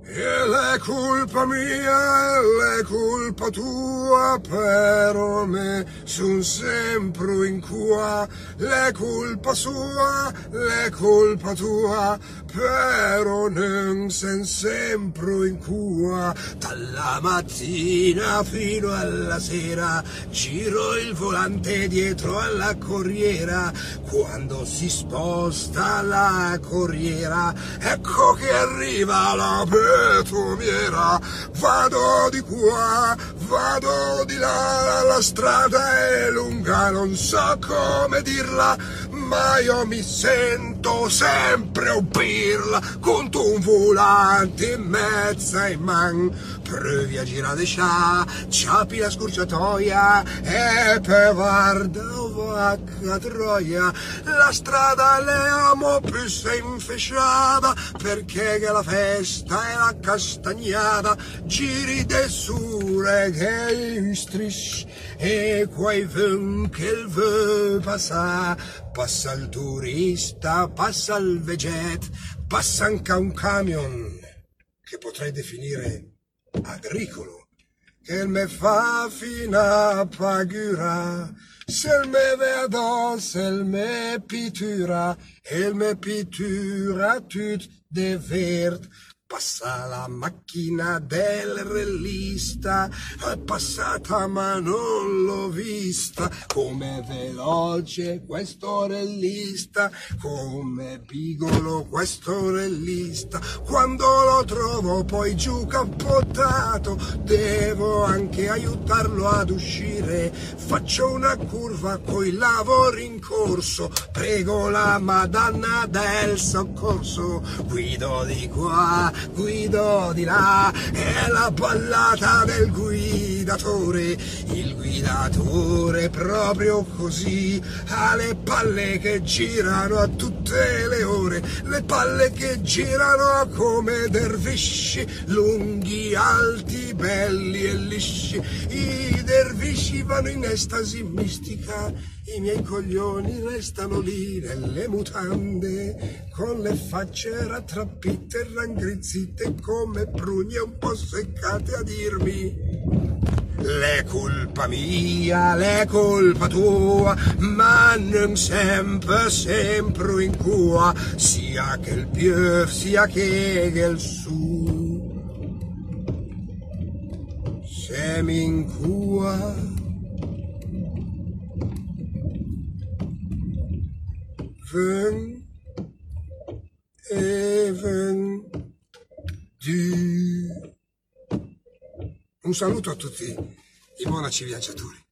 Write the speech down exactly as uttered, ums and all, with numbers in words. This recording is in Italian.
E l'è colpa mia, l'è colpa tua, però me son sempre in cua. L'è colpa sua, l'è colpa tua, però non sen sempre in cua. Dalla mattina fino alla sera giro il volante dietro alla corriera. Quando si sposta la corriera, ecco che arriva la petumiera. Vado di qua, vado di là, la strada è lunga, non so come dirla, ma io mi sento sempre un pirla, conto un volante in mezzo ai man. Provi a girare scià, ciapi la scorciatoia e per guarda vacca troia. La strada le amo più se infesciata, perché che la festa è la castagnata. Giri de sure che il strisci e quei vun che il veut passa. Passa il turista, passa il veget, passa anche un camion che potrei definire agricolo, che me fa fina pagura, se il me vedo, se il me pittura, e il me pittura tut de vert. Passa la macchina del regista, è passata ma non l'ho vista. Come veloce questo regista, come pigolo questo regista. Quando lo trovo poi giù cappottato, devo anche aiutarlo ad uscire. Faccio una curva coi lavori in corso, prego la Madonna del soccorso. Guido di qua, guido di là, è la ballata del guidatore. Il guidatore proprio così ha le palle che girano a tutte le ore, le palle che girano come dervisci, lunghi, alti, belli e lisci. I dervisci vanno in estasi mistica, i miei coglioni restano lì nelle mutande, con le facce rattrappite e raggrinzite come prugne un po' seccate, a dirmi: l'è colpa mia, l'è colpa tua, ma non sempre, sempre in cua, sia che il più, sia che il su. Semi in cua, ven e ven du. Un saluto a tutti i monaci viaggiatori.